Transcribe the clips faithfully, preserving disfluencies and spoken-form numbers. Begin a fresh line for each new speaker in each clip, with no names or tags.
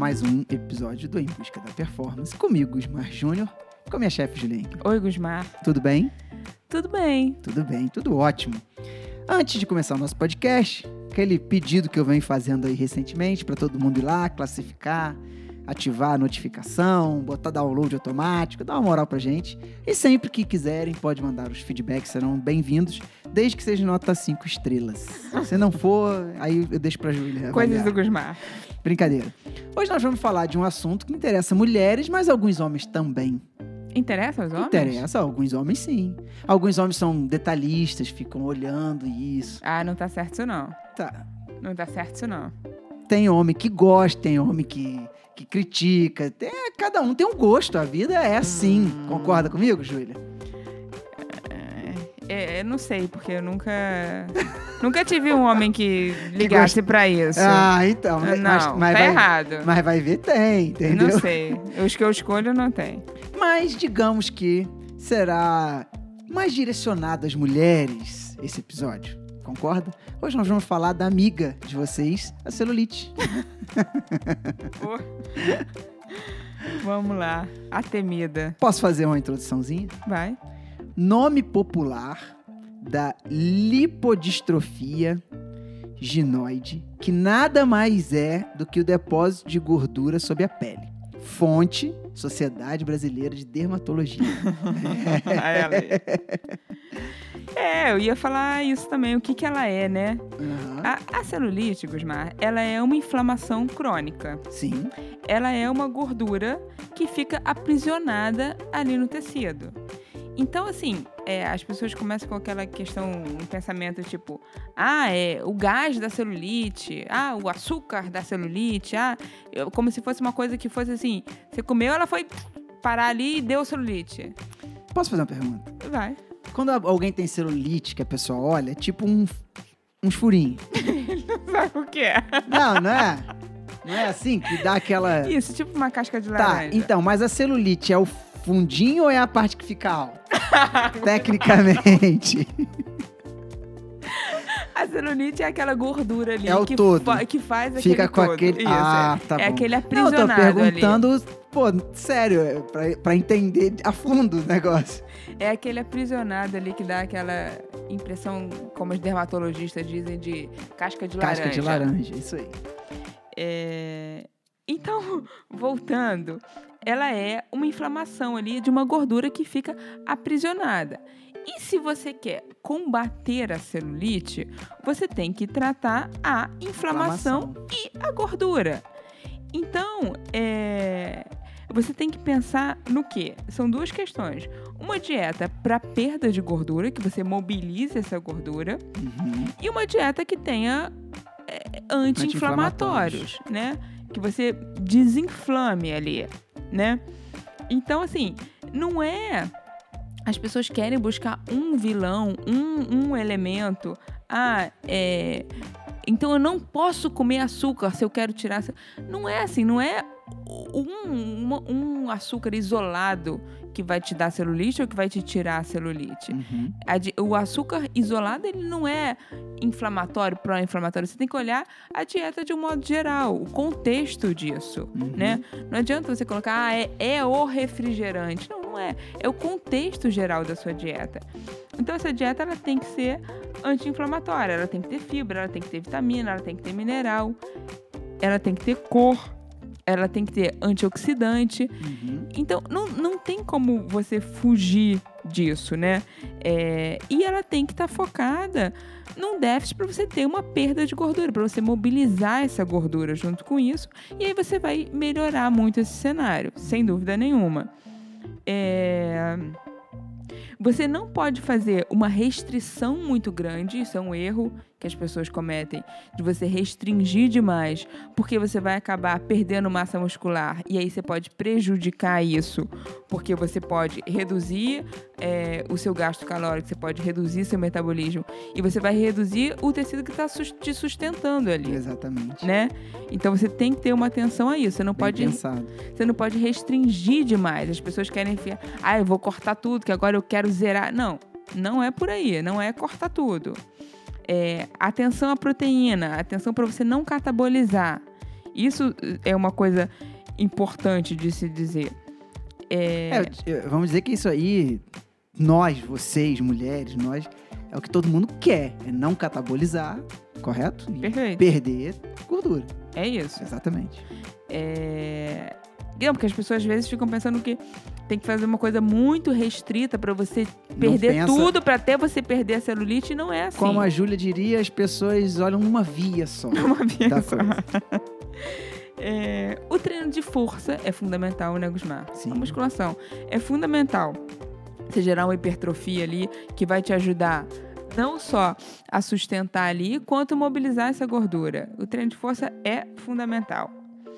mais um episódio do Em Busca da Performance, comigo, Gusmar Júnior, com a minha chefe, Juliane.
Oi, Gusmar.
Tudo bem?
Tudo bem.
Tudo bem, tudo ótimo. Antes de começar o nosso podcast, aquele pedido que eu venho fazendo aí recentemente para todo mundo ir lá, classificar, ativar a notificação, botar download automático, dar uma moral pra gente. E sempre que quiserem, pode mandar os feedbacks, serão bem-vindos, desde que seja nota cinco estrelas. Se não for, aí eu deixo pra Júlia.
Coisas do Gusmar.
Brincadeira. Hoje nós vamos falar de um assunto que interessa mulheres, mas alguns homens também.
Interessa aos homens?
Interessa, alguns homens sim. Alguns homens são detalhistas, ficam olhando isso.
Ah, não tá certo isso não.
Tá.
Não tá certo isso não.
Tem homem que gosta, tem homem que, que critica. Tem, cada um tem um gosto, a vida é assim. Hum. Concorda comigo, Júlia?
É, eu não sei, porque eu nunca... nunca tive um homem que ligasse que pra isso.
Ah, então.
Não,
mas, mas
tá
vai,
errado.
Mas vai ver, tem, entendeu?
Não sei. Os que eu escolho, não tem.
Mas digamos que será mais direcionado às mulheres esse episódio. Concorda? Hoje nós vamos falar da amiga de vocês, a celulite.
Oh. Vamos lá. A temida.
Posso fazer uma introduçãozinha?
Vai.
Nome popular da lipodistrofia ginoide, que nada mais é do que o depósito de gordura sob a pele. Fonte, Sociedade Brasileira de Dermatologia.
É, eu ia falar isso também, o que, que ela é, né?
Uhum.
A, a celulite, Gusmar, ela é uma inflamação crônica.
Sim.
Ela é uma gordura que fica aprisionada ali no tecido. Então, assim, é, as pessoas começam com aquela questão, um pensamento tipo, ah, é o gás da celulite, ah, o açúcar da celulite, ah, como se fosse uma coisa que fosse assim, você comeu, ela foi parar ali e deu celulite.
Posso fazer uma pergunta?
Vai.
Quando alguém tem celulite, que a pessoa olha, é tipo um, uns furinhos.
Não sabe o que é.
Não, não é? Não é assim que dá aquela...
Isso, tipo uma casca de laranja.
Tá, então, mas a celulite é o fundinho ou é a parte que fica alta? Tecnicamente.
A celulite é aquela gordura ali
é o
que,
todo.
fa- que faz aquele
Fica com
todo.
aquele...
Isso,
ah,
é,
tá
é
bom.
aquele
Não,
aprisionado
eu tô perguntando,
ali.
pô, sério, pra, pra entender a fundo o negócio.
É aquele aprisionado ali que dá aquela impressão, como os dermatologistas dizem, de casca de laranja.
Casca de laranja, isso aí.
É... Então, voltando, ela é uma inflamação ali de uma gordura que fica aprisionada. E se você quer combater a celulite, você tem que tratar a inflamação, inflamação. e a gordura. Então, é... você tem que pensar no quê? São duas questões. Uma dieta para perda de gordura, que você mobilize essa gordura,
uhum.
e uma dieta que tenha é, anti-inflamatórios, né? Que você desinflame ali, né? Então, assim, não é... As pessoas querem buscar um vilão, um, um elemento. Ah, é... Então eu não posso comer açúcar se eu quero tirar... Não é assim, não é um, um, um açúcar isolado que vai te dar celulite ou que vai te tirar a celulite.
Uhum.
A, o açúcar isolado, ele não é inflamatório, pró-inflamatório. Você tem que olhar a dieta de um modo geral, o contexto disso,
uhum.
né? Não adianta você colocar, ah, é, é o refrigerante. Não, não é. É o contexto geral da sua dieta. Então, essa dieta, ela tem que ser anti-inflamatória. Ela tem que ter fibra, ela tem que ter vitamina, ela tem que ter mineral, ela tem que ter cor, ela tem que ter antioxidante.
Uhum.
Então, não, não tem como você fugir disso, né? É, e ela tem que estar tá focada num déficit para você ter uma perda de gordura, para você mobilizar essa gordura junto com isso. E aí você vai melhorar muito esse cenário, sem dúvida nenhuma. É... Você não pode fazer uma restrição muito grande, isso é um erro que as pessoas cometem, de você restringir demais, porque você vai acabar perdendo massa muscular e aí você pode prejudicar isso, porque você pode reduzir é, o seu gasto calórico, você pode reduzir seu metabolismo e você vai reduzir o tecido que está te sustentando ali.
Exatamente.
Né? Então você tem que ter uma atenção a isso. Você não
Bem
pode,
pensado.
Você não pode restringir demais. As pessoas querem enfiar, ah, eu vou cortar tudo, que agora eu quero zerar. Não, não é por aí, não é cortar tudo. É, atenção à proteína, atenção para você não catabolizar. Isso é uma coisa importante de se dizer. É...
É, vamos dizer que isso aí, nós, vocês, mulheres, nós, é o que todo mundo quer. É não catabolizar, correto? E
Perfeito.
perder gordura.
É isso.
Exatamente.
É... Não, porque as pessoas às vezes ficam pensando que tem que fazer uma coisa muito restrita pra você perder
pensa...
tudo, pra até você perder a celulite, e não é assim.
Como a Júlia diria, as pessoas olham numa via só.
Uma via
da
só.
coisa.
É, o treino de força é fundamental, né, Gusmar?
Sim.
A musculação é fundamental. Você gerar uma hipertrofia ali que vai te ajudar não só a sustentar ali, quanto mobilizar essa gordura. O treino de força é fundamental.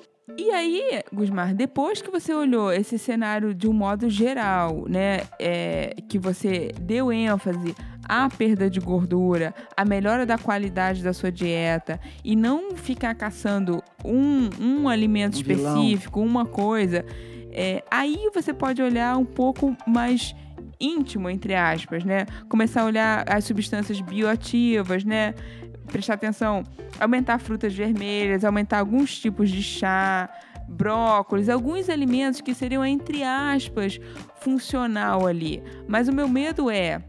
E aí, Gusmar, depois que você olhou esse cenário de um modo geral, né, é, que você deu ênfase à perda de gordura, à melhora da qualidade da sua dieta e não ficar caçando um, um alimento
Um
específico, uma coisa, é, aí você pode olhar um pouco mais íntimo, entre aspas, né? Começar a olhar as substâncias bioativas, né? Prestar atenção, aumentar frutas vermelhas, aumentar alguns tipos de chá, brócolis, alguns alimentos que seriam, entre aspas, funcional ali. Mas o meu medo é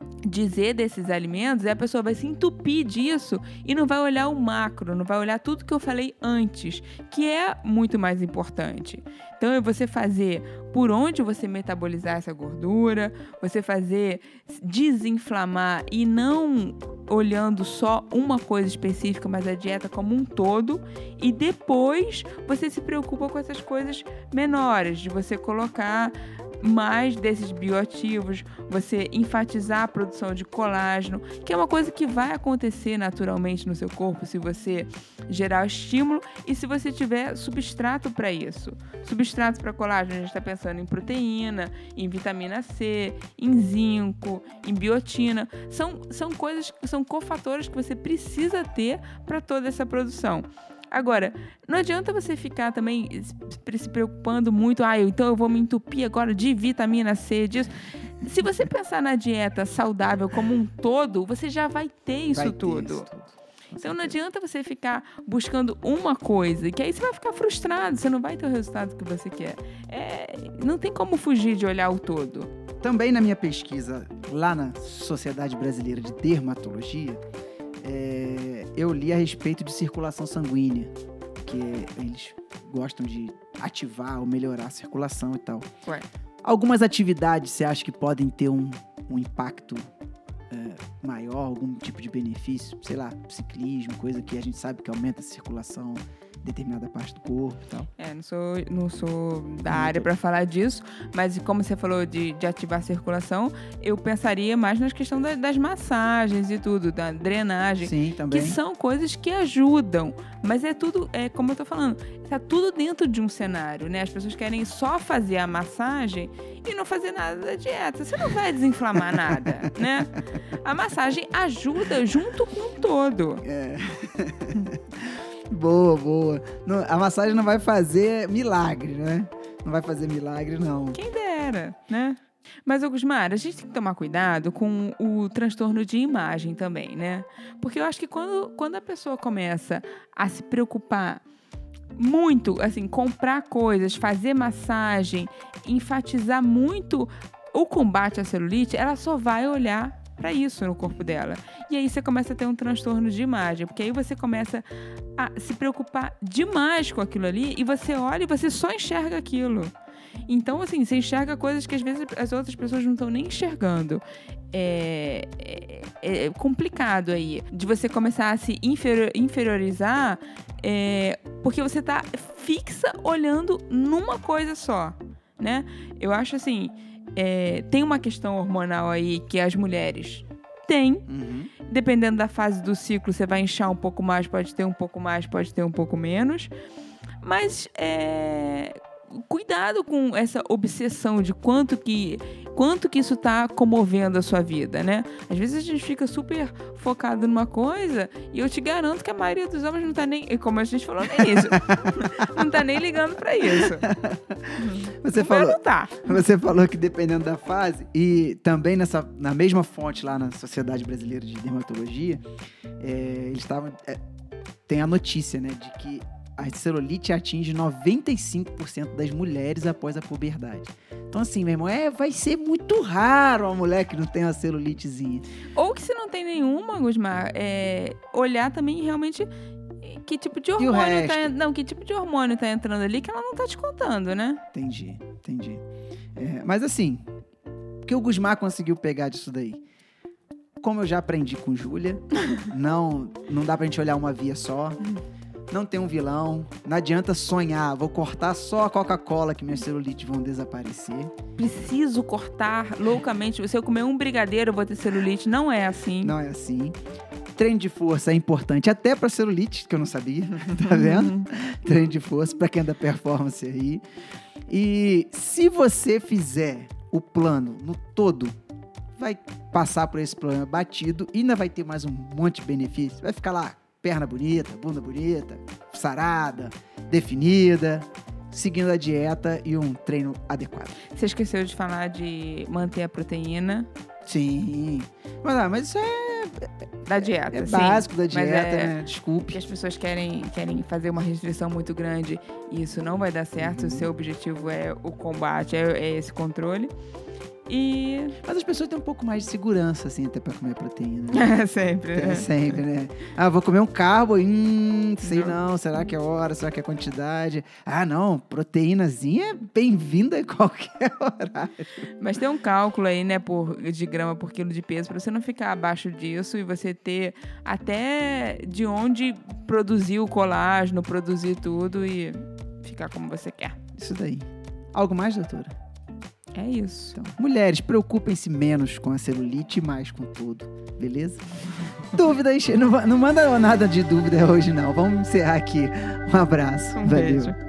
dizer desses alimentos e a pessoa vai se entupir disso e não vai olhar o macro, não vai olhar tudo que eu falei antes, que é muito mais importante. Então, é você fazer por onde você metabolizar essa gordura, você fazer desinflamar e não olhando só uma coisa específica, mas a dieta como um todo. E depois você se preocupa com essas coisas menores, de você colocar mais desses bioativos, você enfatizar a produção de colágeno, que é uma coisa que vai acontecer naturalmente no seu corpo se você gerar estímulo e se você tiver substrato para isso. Substrato para colágeno, a gente está pensando em proteína, em vitamina C, em zinco, em biotina. São, são coisas, são cofatores que você precisa ter para toda essa produção. Agora, não adianta você ficar também se preocupando muito, ah, então eu vou me entupir agora de vitamina C, disso. Se você pensar na dieta saudável como um todo, você já vai ter isso
vai ter
tudo.
Isso tudo.
Então não adianta você ficar buscando uma coisa, que aí você vai ficar frustrado, você não vai ter o resultado que você quer. É, não tem como fugir de olhar o todo.
Também na minha pesquisa lá na Sociedade Brasileira de Dermatologia, É, eu li a respeito de circulação sanguínea, que eles gostam de ativar ou melhorar a circulação e tal.
Ué.
Algumas atividades você acha que podem ter um, um impacto é, maior, algum tipo de benefício? Sei lá, ciclismo, coisa que a gente sabe que aumenta a circulação em determinada parte do corpo e tal.
É, não sou, não sou da área para falar disso, mas como você falou de, de ativar a circulação, eu pensaria mais na questão da, das massagens e tudo, da drenagem.
Sim, também.
Que são coisas que ajudam, mas é tudo, é como eu tô falando, tá tudo dentro de um cenário, né? As pessoas querem só fazer a massagem e não fazer nada da dieta. Você não vai desinflamar nada, né? A massagem ajuda junto com o todo.
É. Boa, boa. Não, a massagem não vai fazer milagre, né? Não vai fazer milagre, não.
Quem dera, né? Mas, Gusmar, a gente tem que tomar cuidado com o transtorno de imagem também, né? Porque eu acho que quando, quando a pessoa começa a se preocupar muito, assim, comprar coisas, fazer massagem, enfatizar muito o combate à celulite, ela só vai olhar para isso no corpo dela. E aí você começa a ter um transtorno de imagem, porque aí você começa a se preocupar demais com aquilo ali e você olha e você só enxerga aquilo. Então, assim, você enxerga coisas que às vezes as outras pessoas não estão nem enxergando. É, é, é complicado aí de você começar a se inferior, inferiorizar é, porque você tá fixa olhando numa coisa só, né? Eu acho assim, é, tem uma questão hormonal aí que as mulheres têm.
Uhum.
Dependendo da fase do ciclo, você vai inchar um pouco mais, pode ter um pouco mais, pode ter um pouco menos. Mas é, cuidado com essa obsessão de quanto que, quanto que isso está comovendo a sua vida, né? Às vezes a gente fica super focado numa coisa e eu te garanto que a maioria dos homens não tá nem, como a gente falou, nem isso. Não tá nem ligando pra isso.
Você
o
falou,
não tá.
Você falou que dependendo da fase, e também nessa, na mesma fonte lá na Sociedade Brasileira de Dermatologia, é, eles estavam... É, tem a notícia, né, de que a celulite atinge noventa e cinco por cento das mulheres após a puberdade. Então, assim, meu irmão, é, vai ser muito raro uma mulher que não tem uma celulitezinha.
Ou que se não tem nenhuma, Gusmar, é, olhar também realmente que tipo de hormônio tá, não, que tipo de hormônio tá entrando ali que ela não tá te contando, né?
Entendi, entendi. É, mas assim, o que o Gusmar conseguiu pegar disso daí? Como eu já aprendi com Júlia, não, não dá pra gente olhar uma via só. Não tem um vilão. Não adianta sonhar, vou cortar só a Coca-Cola que minhas celulites vão desaparecer.
Preciso cortar loucamente. Se eu comer um brigadeiro, eu vou ter celulite. Não é assim.
Não é assim. Treino de força é importante até pra celulite, que eu não sabia. Tá vendo? Treino de força pra quem é da performance aí. E se você fizer o plano no todo, vai passar por esse problema batido e ainda vai ter mais um monte de benefícios. Vai ficar lá, perna bonita, bunda bonita, sarada, definida, seguindo a dieta e um treino adequado.
Você esqueceu de falar de manter a proteína.
Sim. Mas, ah, mas isso é...
Da dieta,
é
sim.
básico da dieta,
é,
né? Desculpe.
Porque as pessoas querem, querem fazer uma restrição muito grande e isso não vai dar certo. Uhum. O seu objetivo é o combate, é, é esse controle. E...
Mas as pessoas têm um pouco mais de segurança, assim, até pra comer proteína.
Né? sempre,
é,
né?
Sempre, né? Ah, vou comer um carbo, hum, sei não. não, será que é hora, será que é quantidade? Ah, não, proteínazinha é bem-vinda em qualquer horário.
Mas tem um cálculo aí, né, por, de grama por quilo de peso, pra você não ficar abaixo disso e você ter até de onde produzir o colágeno, produzir tudo e ficar como você quer.
Isso daí. Algo mais, doutora?
É isso.
Então, mulheres, preocupem-se menos com a celulite e mais com tudo, beleza? Dúvidas? Não, não manda nada de dúvida hoje, não. Vamos encerrar aqui. Um abraço.
Um
Valeu.
beijo.